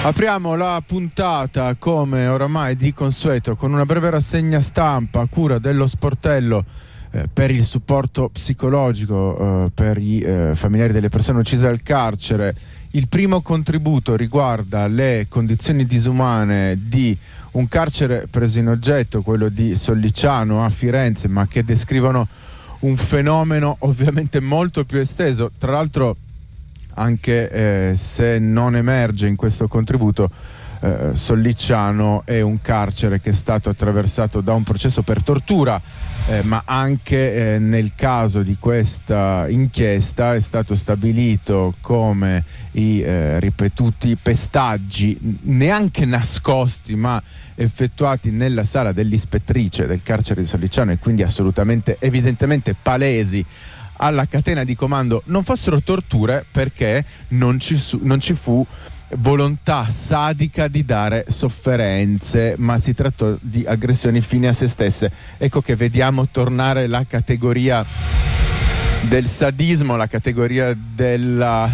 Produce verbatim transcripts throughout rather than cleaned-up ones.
Apriamo la puntata come oramai di consueto con una breve rassegna stampa a cura dello Sportello eh, per il supporto psicologico eh, per i eh, familiari delle persone uccise al carcere. Il primo contributo riguarda le condizioni disumane di un carcere preso in oggetto, quello di Sollicciano a Firenze, ma che descrivono un fenomeno ovviamente molto più esteso. Tra l'altro, anche eh, se non emerge in questo contributo, eh, Sollicciano è un carcere che è stato attraversato da un processo per tortura, eh, ma anche eh, nel caso di questa inchiesta è stato stabilito come i eh, ripetuti pestaggi, neanche nascosti ma effettuati nella sala dell'ispettrice del carcere di Sollicciano, e quindi assolutamente evidentemente palesi alla catena di comando, non fossero torture perché non ci, su, non ci fu volontà sadica di dare sofferenze, ma si trattò di aggressioni fini a se stesse. Ecco che vediamo tornare la categoria del sadismo, la categoria della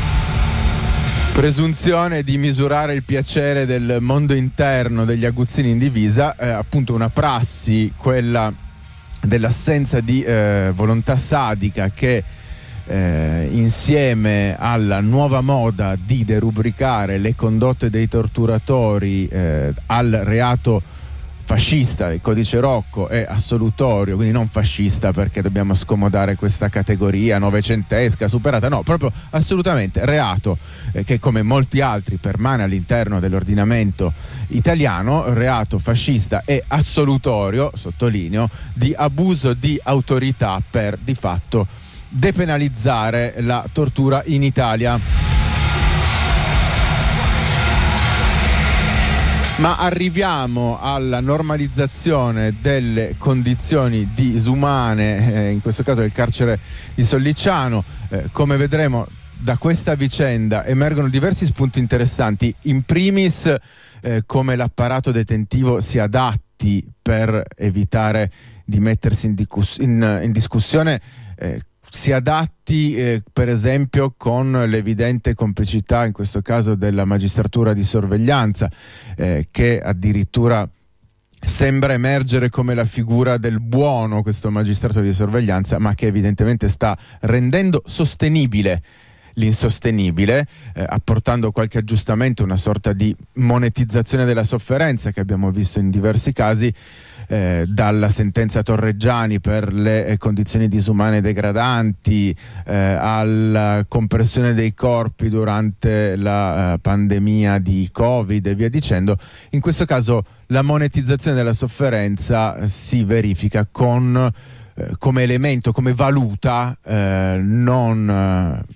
presunzione di misurare il piacere del mondo interno degli aguzzini in divisa, eh, appunto una prassi, quella dell'assenza di eh, volontà sadica che eh, insieme alla nuova moda di derubricare le condotte dei torturatori eh, al reato fascista del codice Rocco è assolutorio, quindi non fascista perché dobbiamo scomodare questa categoria novecentesca superata, no, proprio assolutamente reato eh, che come molti altri permane all'interno dell'ordinamento italiano, reato fascista e assolutorio, sottolineo, di abuso di autorità per di fatto depenalizzare la tortura in Italia. Ma arriviamo alla normalizzazione delle condizioni disumane, eh, in questo caso del carcere di Sollicciano. Eh, come vedremo da questa vicenda emergono diversi spunti interessanti, in primis eh, come l'apparato detentivo si adatti per evitare di mettersi in, dicus- in, in discussione, eh, si adatti eh, per esempio con l'evidente complicità in questo caso della magistratura di sorveglianza, eh, che addirittura sembra emergere come la figura del buono, questo magistrato di sorveglianza, ma che evidentemente sta rendendo sostenibile l'insostenibile, eh, apportando qualche aggiustamento, una sorta di monetizzazione della sofferenza che abbiamo visto in diversi casi, eh, dalla sentenza Torreggiani per le eh, condizioni disumane e degradanti, eh, alla compressione dei corpi durante la eh, pandemia di Covid e via dicendo. In questo caso la monetizzazione della sofferenza si verifica con eh, come elemento, come valuta, eh, non eh,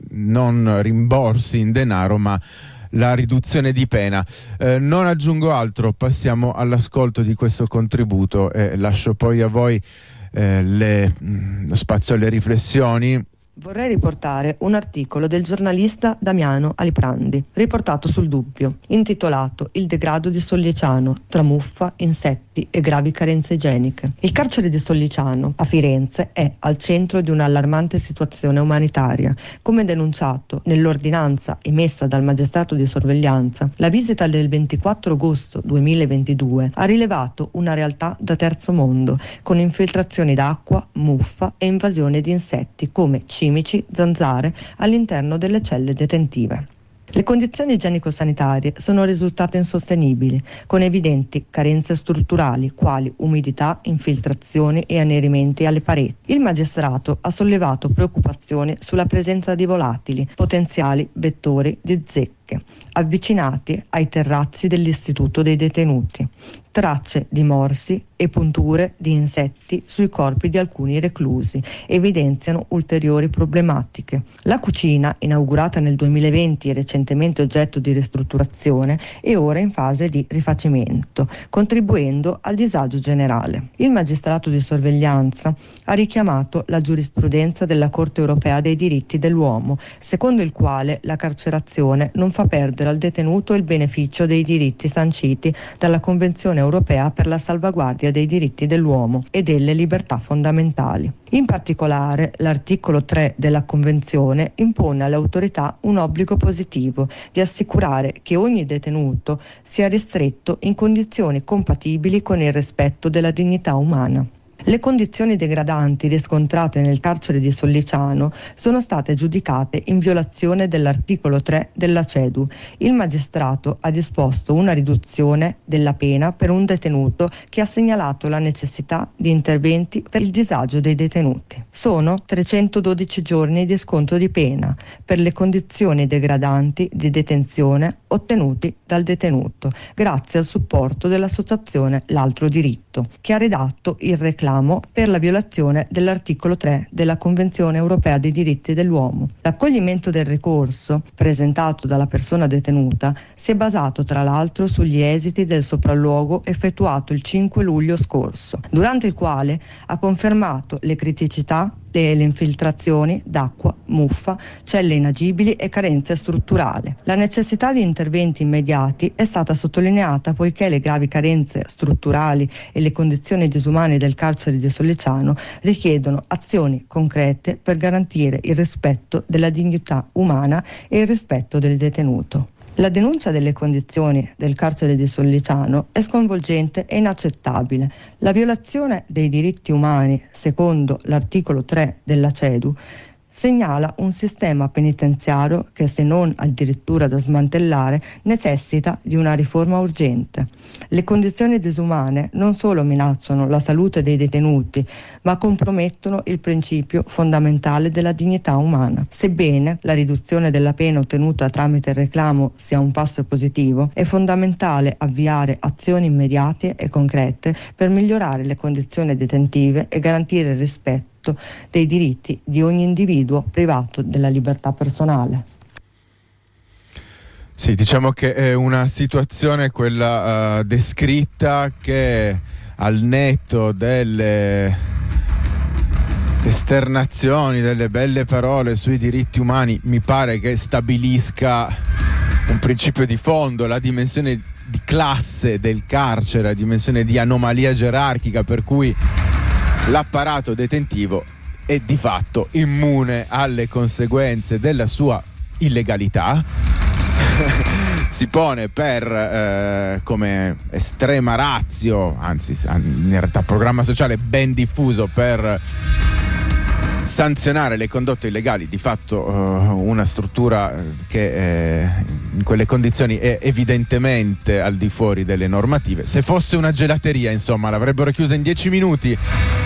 non rimborsi in denaro ma la riduzione di pena. Eh, non aggiungo altro, passiamo all'ascolto di questo contributo e lascio poi a voi eh, le, mh, lo spazio alle riflessioni. Vorrei riportare un articolo del giornalista Damiano Aliprandi, riportato sul Dubbio, intitolato Il degrado di Sollicciano, tra muffa, insetti e gravi carenze igieniche. Il carcere di Sollicciano, a Firenze, è al centro di un'allarmante situazione umanitaria. Come denunciato nell'ordinanza emessa dal magistrato di sorveglianza, la visita del ventiquattro agosto duemilaventidue ha rilevato una realtà da terzo mondo, con infiltrazioni d'acqua, muffa e invasione di insetti come cimici, zanzare all'interno delle celle detentive. Le condizioni igienico-sanitarie sono risultate insostenibili, con evidenti carenze strutturali quali umidità, infiltrazioni e annerimenti alle pareti. Il magistrato ha sollevato preoccupazioni sulla presenza di volatili, potenziali vettori di zecche, avvicinati ai terrazzi dell'istituto dei detenuti, tracce di morsi e punture di insetti sui corpi di alcuni reclusi evidenziano ulteriori problematiche. La cucina, inaugurata nel duemilaventi e recentemente oggetto di ristrutturazione, è ora in fase di rifacimento, contribuendo al disagio generale. Il magistrato di sorveglianza ha richiamato la giurisprudenza della Corte europea dei diritti dell'uomo, secondo il quale la carcerazione non fa perdere al detenuto il beneficio dei diritti sanciti dalla Convenzione europea per la salvaguardia dei diritti dell'uomo e delle libertà fondamentali. In particolare, l'articolo tre della Convenzione impone alle autorità un obbligo positivo di assicurare che ogni detenuto sia ristretto in condizioni compatibili con il rispetto della dignità umana. Le condizioni degradanti riscontrate nel carcere di Sollicciano sono state giudicate in violazione dell'articolo tre della C E D U. Il magistrato ha disposto una riduzione della pena per un detenuto che ha segnalato la necessità di interventi per il disagio dei detenuti. Sono trecentododici giorni di sconto di pena per le condizioni degradanti di detenzione ottenuti dal detenuto, grazie al supporto dell'associazione L'Altro Diritto, che ha redatto il reclamo per la violazione dell'articolo tre della Convenzione europea dei diritti dell'uomo. L'accoglimento del ricorso presentato dalla persona detenuta si è basato tra l'altro sugli esiti del sopralluogo effettuato il cinque luglio scorso, durante il quale ha confermato le criticità e le infiltrazioni d'acqua, muffa, celle inagibili e carenze strutturali. La necessità di interventi immediati è stata sottolineata poiché le gravi carenze strutturali e le condizioni disumane del carcere di Sollicciano richiedono azioni concrete per garantire il rispetto della dignità umana e il rispetto del detenuto. La denuncia delle condizioni del carcere di Sollicciano è sconvolgente e inaccettabile. La violazione dei diritti umani, secondo l'articolo tre della C E D U, segnala un sistema penitenziario che, se non addirittura da smantellare, necessita di una riforma urgente. Le condizioni disumane non solo minacciano la salute dei detenuti, ma compromettono il principio fondamentale della dignità umana. Sebbene la riduzione della pena ottenuta tramite il reclamo sia un passo positivo, è fondamentale avviare azioni immediate e concrete per migliorare le condizioni detentive e garantire il rispetto dei diritti di ogni individuo privato della libertà personale. Sì, diciamo che è una situazione quella uh, descritta che, al netto delle esternazioni, delle belle parole sui diritti umani, mi pare che stabilisca un principio di fondo, la dimensione di classe del carcere, la dimensione di anomalia gerarchica, per cui l'apparato detentivo è di fatto immune alle conseguenze della sua illegalità. Si pone per eh, come estrema ratio, anzi in realtà programma sociale ben diffuso per sanzionare le condotte illegali, di fatto uh, una struttura che eh, in quelle condizioni è evidentemente al di fuori delle normative. Se fosse una gelateria, insomma, l'avrebbero chiusa in dieci minuti.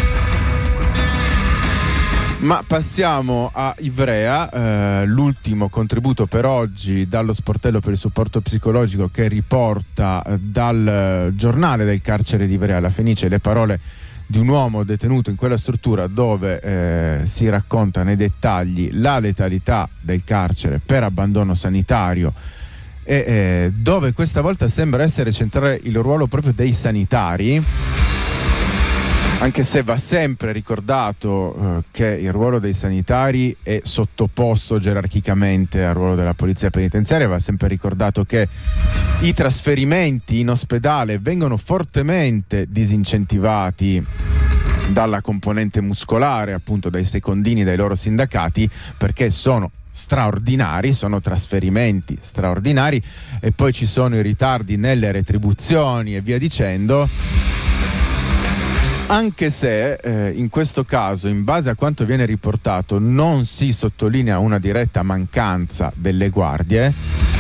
Ma passiamo a Ivrea, eh, l'ultimo contributo per oggi dallo sportello per il supporto psicologico, che riporta eh, dal giornale del carcere di Ivrea, La Fenice, le parole di un uomo detenuto in quella struttura, dove eh, si racconta nei dettagli la letalità del carcere per abbandono sanitario e eh, dove questa volta sembra essere centrale il ruolo proprio dei sanitari. Anche se va sempre ricordato eh, che il ruolo dei sanitari è sottoposto gerarchicamente al ruolo della polizia penitenziaria, va sempre ricordato che i trasferimenti in ospedale vengono fortemente disincentivati dalla componente muscolare, appunto dai secondini, dai loro sindacati, perché sono straordinari, sono trasferimenti straordinari, e poi ci sono i ritardi nelle retribuzioni e via dicendo. Anche se eh, in questo caso, in base a quanto viene riportato, non si sottolinea una diretta mancanza delle guardie,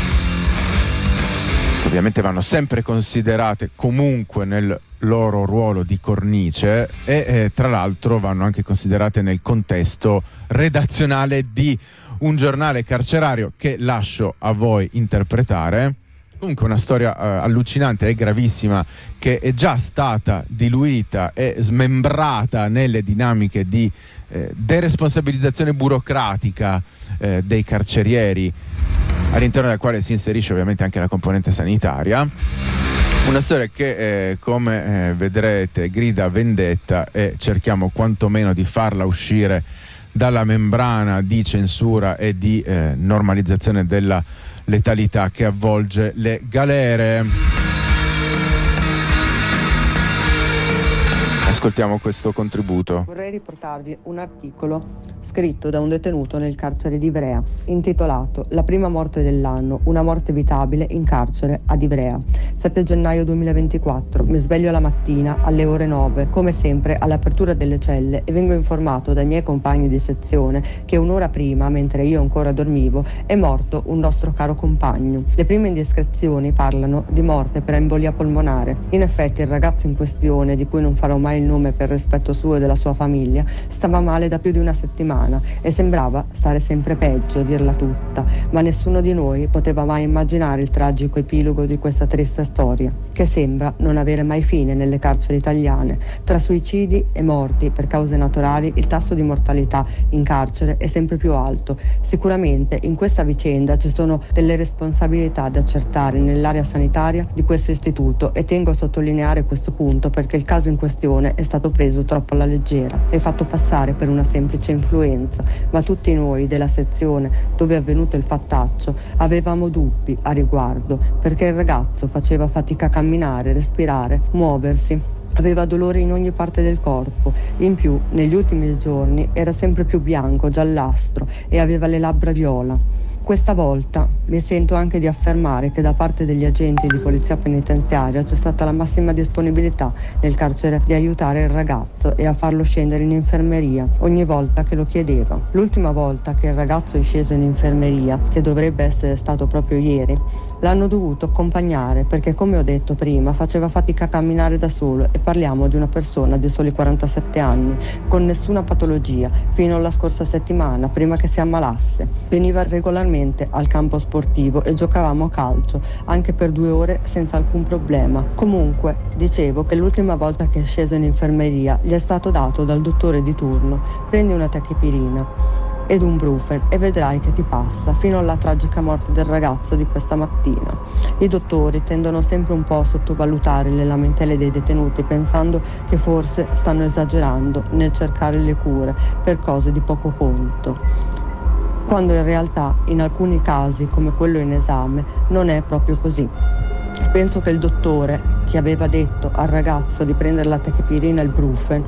ovviamente vanno sempre considerate comunque nel loro ruolo di cornice e eh, tra l'altro vanno anche considerate nel contesto redazionale di un giornale carcerario che lascio a voi interpretare. Comunque una storia eh, allucinante e gravissima, che è già stata diluita e smembrata nelle dinamiche di eh, deresponsabilizzazione burocratica eh, dei carcerieri, all'interno della quale si inserisce ovviamente anche la componente sanitaria. Una storia che, eh, come eh, vedrete, grida vendetta, e cerchiamo quantomeno di farla uscire dalla membrana di censura e di eh, normalizzazione della letalità che avvolge le galere. Ascoltiamo questo contributo. Vorrei riportarvi un articolo scritto da un detenuto nel carcere di Ivrea, intitolato La prima morte dell'anno, una morte evitabile in carcere ad Ivrea. sette gennaio duemilaventiquattro, mi sveglio la mattina alle ore nove, come sempre all'apertura delle celle, e vengo informato dai miei compagni di sezione che un'ora prima, mentre io ancora dormivo, è morto un nostro caro compagno. Le prime indiscrezioni parlano di morte per embolia polmonare. In effetti il ragazzo in questione, di cui non farò mai il nome per rispetto suo e della sua famiglia, stava male da più di una settimana e sembrava stare sempre peggio, dirla tutta, ma nessuno di noi poteva mai immaginare il tragico epilogo di questa triste storia, che sembra non avere mai fine nelle carceri italiane. Tra suicidi e morti per cause naturali il tasso di mortalità in carcere è sempre più alto. Sicuramente in questa vicenda ci sono delle responsabilità da accertare nell'area sanitaria di questo istituto, e tengo a sottolineare questo punto perché il caso in questione è stato preso troppo alla leggera e fatto passare per una semplice influenza, ma tutti noi della sezione dove è avvenuto il fattaccio avevamo dubbi a riguardo, perché il ragazzo faceva fatica a camminare, respirare, muoversi. Aveva dolore in ogni parte del corpo. In più, negli ultimi giorni era sempre più bianco, giallastro, e aveva le labbra viola. Questa volta mi sento anche di affermare che da parte degli agenti di polizia penitenziaria c'è stata la massima disponibilità nel carcere di aiutare il ragazzo e a farlo scendere in infermeria ogni volta che lo chiedeva. L'ultima volta che il ragazzo è sceso in infermeria, che dovrebbe essere stato proprio ieri, l'hanno dovuto accompagnare perché, come ho detto prima, faceva fatica a camminare da solo, e parliamo di una persona di soli quarantasette anni, con nessuna patologia, fino alla scorsa settimana, prima che si ammalasse. Veniva regolarmente al campo sportivo e giocavamo a calcio anche per due ore senza alcun problema. Comunque, dicevo che l'ultima volta che è sceso in infermeria gli è stato dato dal dottore di turno: prendi una tachipirina ed un brufen e vedrai che ti passa, fino alla tragica morte del ragazzo di questa mattina. I dottori tendono sempre un po' a sottovalutare le lamentele dei detenuti, pensando che forse stanno esagerando nel cercare le cure per cose di poco conto, quando in realtà in alcuni casi, come quello in esame, non è proprio così. Penso che il dottore che aveva detto al ragazzo di prendere la tachipirina e il brufen,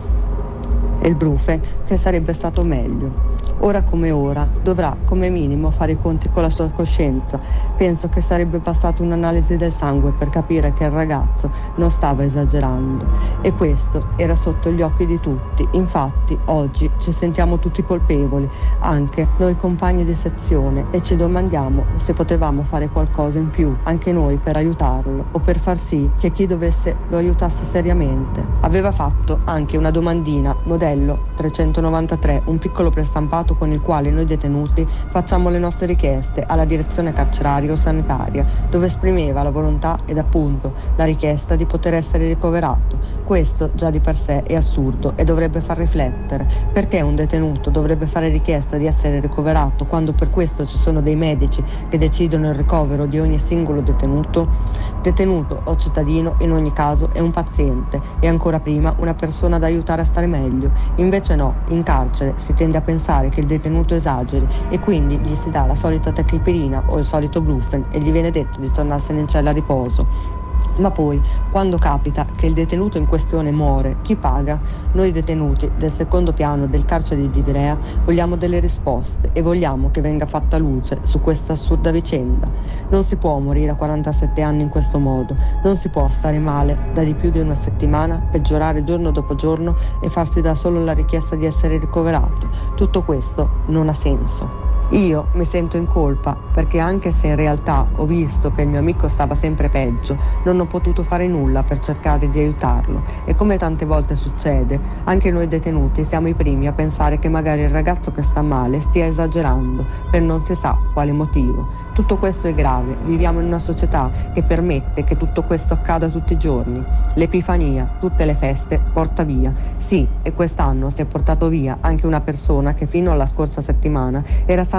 e il brufen che sarebbe stato meglio. Ora come ora dovrà come minimo fare i conti con la sua coscienza. Penso che sarebbe bastato un'analisi del sangue per capire che il ragazzo non stava esagerando, e questo era sotto gli occhi di tutti. Infatti oggi ci sentiamo tutti colpevoli, anche noi compagni di sezione, e ci domandiamo se potevamo fare qualcosa in più anche noi per aiutarlo, o per far sì che chi dovesse lo aiutasse seriamente. Aveva fatto anche una domandina modello trecentonovantatré, un piccolo prestampato con il quale noi detenuti facciamo le nostre richieste alla direzione carceraria o sanitaria, dove esprimeva la volontà ed appunto la richiesta di poter essere ricoverato. Questo già di per sé è assurdo e dovrebbe far riflettere. Perché un detenuto dovrebbe fare richiesta di essere ricoverato quando per questo ci sono dei medici che decidono il ricovero di ogni singolo detenuto? Detenuto o cittadino, in ogni caso è un paziente, e ancora prima una persona da aiutare a stare meglio. Invece no, in carcere si tende a pensare che il detenuto esageri e quindi gli si dà la solita tachipirina o il solito brufen e gli viene detto di tornarsene in cella a riposo. Ma poi, quando capita che il detenuto in questione muore, chi paga? Noi detenuti del secondo piano del carcere di Ivrea vogliamo delle risposte e vogliamo che venga fatta luce su questa assurda vicenda. Non si può morire a quarantasette anni in questo modo, non si può stare male da di più di una settimana, peggiorare giorno dopo giorno e farsi da solo la richiesta di essere ricoverato. Tutto questo non ha senso. Io mi sento in colpa perché, anche se in realtà ho visto che il mio amico stava sempre peggio, non ho potuto fare nulla per cercare di aiutarlo, e come tante volte succede, anche noi detenuti siamo i primi a pensare che magari il ragazzo che sta male stia esagerando per non si sa quale motivo. Tutto questo è grave, viviamo in una società che permette che tutto questo accada tutti i giorni. L'Epifania, tutte le feste, porta via. Sì, e quest'anno si è portato via anche una persona che fino alla scorsa settimana era sana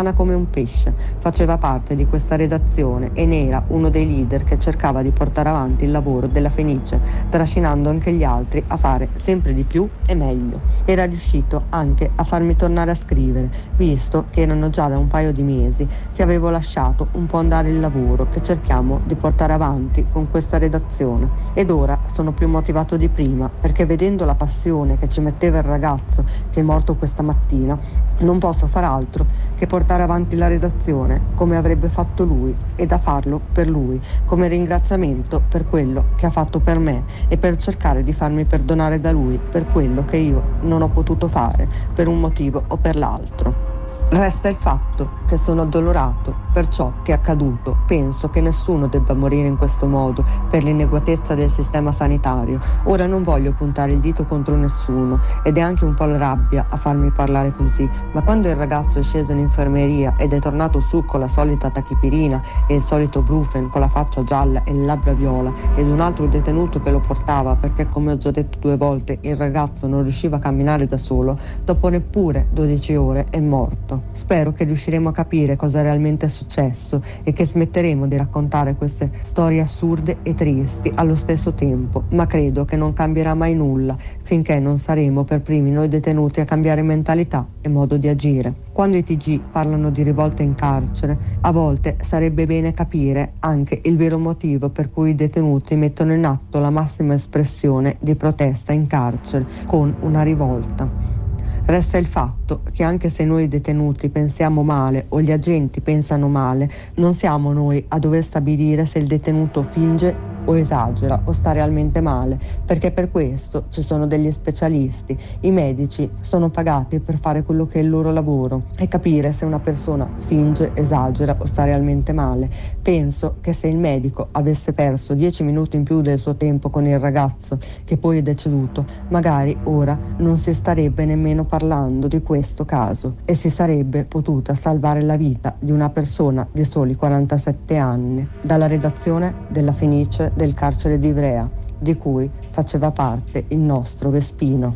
sana come un pesce, faceva parte di questa redazione e ne era uno dei leader che cercava di portare avanti il lavoro della Fenice, trascinando anche gli altri a fare sempre di più e meglio. Era riuscito anche a farmi tornare a scrivere, visto che erano già da un paio di mesi che avevo lasciato un po' andare il lavoro che cerchiamo di portare avanti con questa redazione. Ed ora sono più motivato di prima, perché vedendo la passione che ci metteva il ragazzo che è morto questa mattina, non posso far altro che portare avanti la redazione come avrebbe fatto lui, e da farlo per lui, come ringraziamento per quello che ha fatto per me e per cercare di farmi perdonare da lui per quello che io non ho potuto fare per un motivo o per l'altro. Resta il fatto che sono addolorato per ciò che è accaduto. Penso che nessuno debba morire in questo modo per l'inadeguatezza del sistema sanitario. Ora non voglio puntare il dito contro nessuno ed è anche un po' la rabbia a farmi parlare così, ma quando il ragazzo è sceso in infermeria ed è tornato su con la solita tachipirina e il solito brufen con la faccia gialla e le labbra viola ed un altro detenuto che lo portava perché, come ho già detto due volte, il ragazzo non riusciva a camminare da solo, dopo neppure dodici ore è morto. Spero che riusciremo a capire cosa realmente è successo e che smetteremo di raccontare queste storie assurde e tristi allo stesso tempo, ma credo che non cambierà mai nulla finché non saremo per primi noi detenuti a cambiare mentalità e modo di agire. Quando i T G parlano di rivolte in carcere, a volte sarebbe bene capire anche il vero motivo per cui i detenuti mettono in atto la massima espressione di protesta in carcere con una rivolta. Resta il fatto che anche se noi detenuti pensiamo male o gli agenti pensano male, non siamo noi a dover stabilire se il detenuto finge o esagera o sta realmente male, perché per questo ci sono degli specialisti. I medici sono pagati per fare quello che è il loro lavoro e capire se una persona finge, esagera o sta realmente male. Penso che se il medico avesse perso dieci minuti in più del suo tempo con il ragazzo che poi è deceduto, magari ora non si starebbe nemmeno parlando di questo caso e si sarebbe potuta salvare la vita di una persona di soli quarantasette anni. Dalla redazione della Fenice del carcere di Ivrea, di cui faceva parte il nostro Vespino.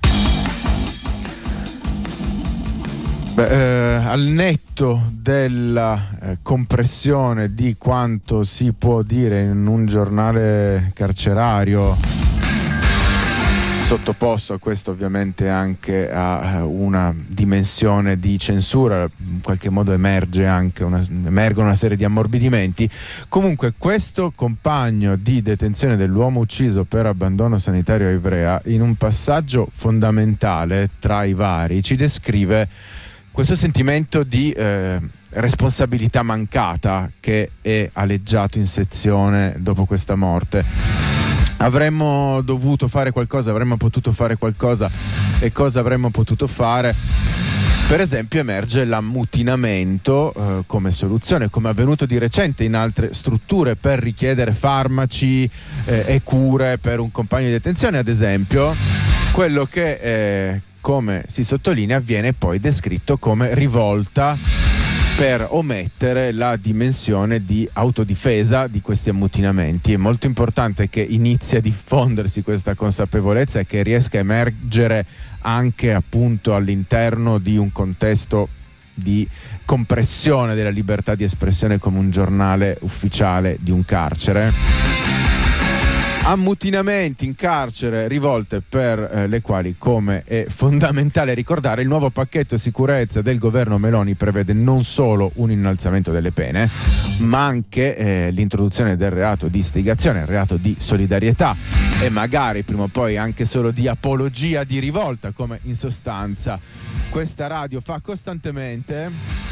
Beh, eh, al netto della eh, compressione di quanto si può dire in un giornale carcerario, sottoposto a questo ovviamente anche a una dimensione di censura, in qualche modo emerge anche una, emergono una serie di ammorbidimenti. Comunque questo compagno di detenzione dell'uomo ucciso per abbandono sanitario a Ivrea, in un passaggio fondamentale tra i vari, ci descrive questo sentimento di eh, responsabilità mancata che è aleggiato in sezione dopo questa morte. Avremmo dovuto fare qualcosa, avremmo potuto fare qualcosa, e cosa avremmo potuto fare? Per esempio emerge l'ammutinamento eh, come soluzione, come è avvenuto di recente in altre strutture, per richiedere farmaci eh, e cure per un compagno di detenzione, ad esempio. Quello che, eh, come si sottolinea, viene poi descritto come rivolta per omettere la dimensione di autodifesa di questi ammutinamenti. È molto importante che inizi a diffondersi questa consapevolezza e che riesca a emergere anche appunto all'interno di un contesto di compressione della libertà di espressione come un giornale ufficiale di un carcere. Ammutinamenti in carcere, rivolte per eh, le quali, come è fondamentale ricordare, il nuovo pacchetto sicurezza del governo Meloni prevede non solo un innalzamento delle pene, ma anche eh, l'introduzione del reato di istigazione, il reato di solidarietà e magari prima o poi anche solo di apologia di rivolta, come in sostanza questa radio fa costantemente.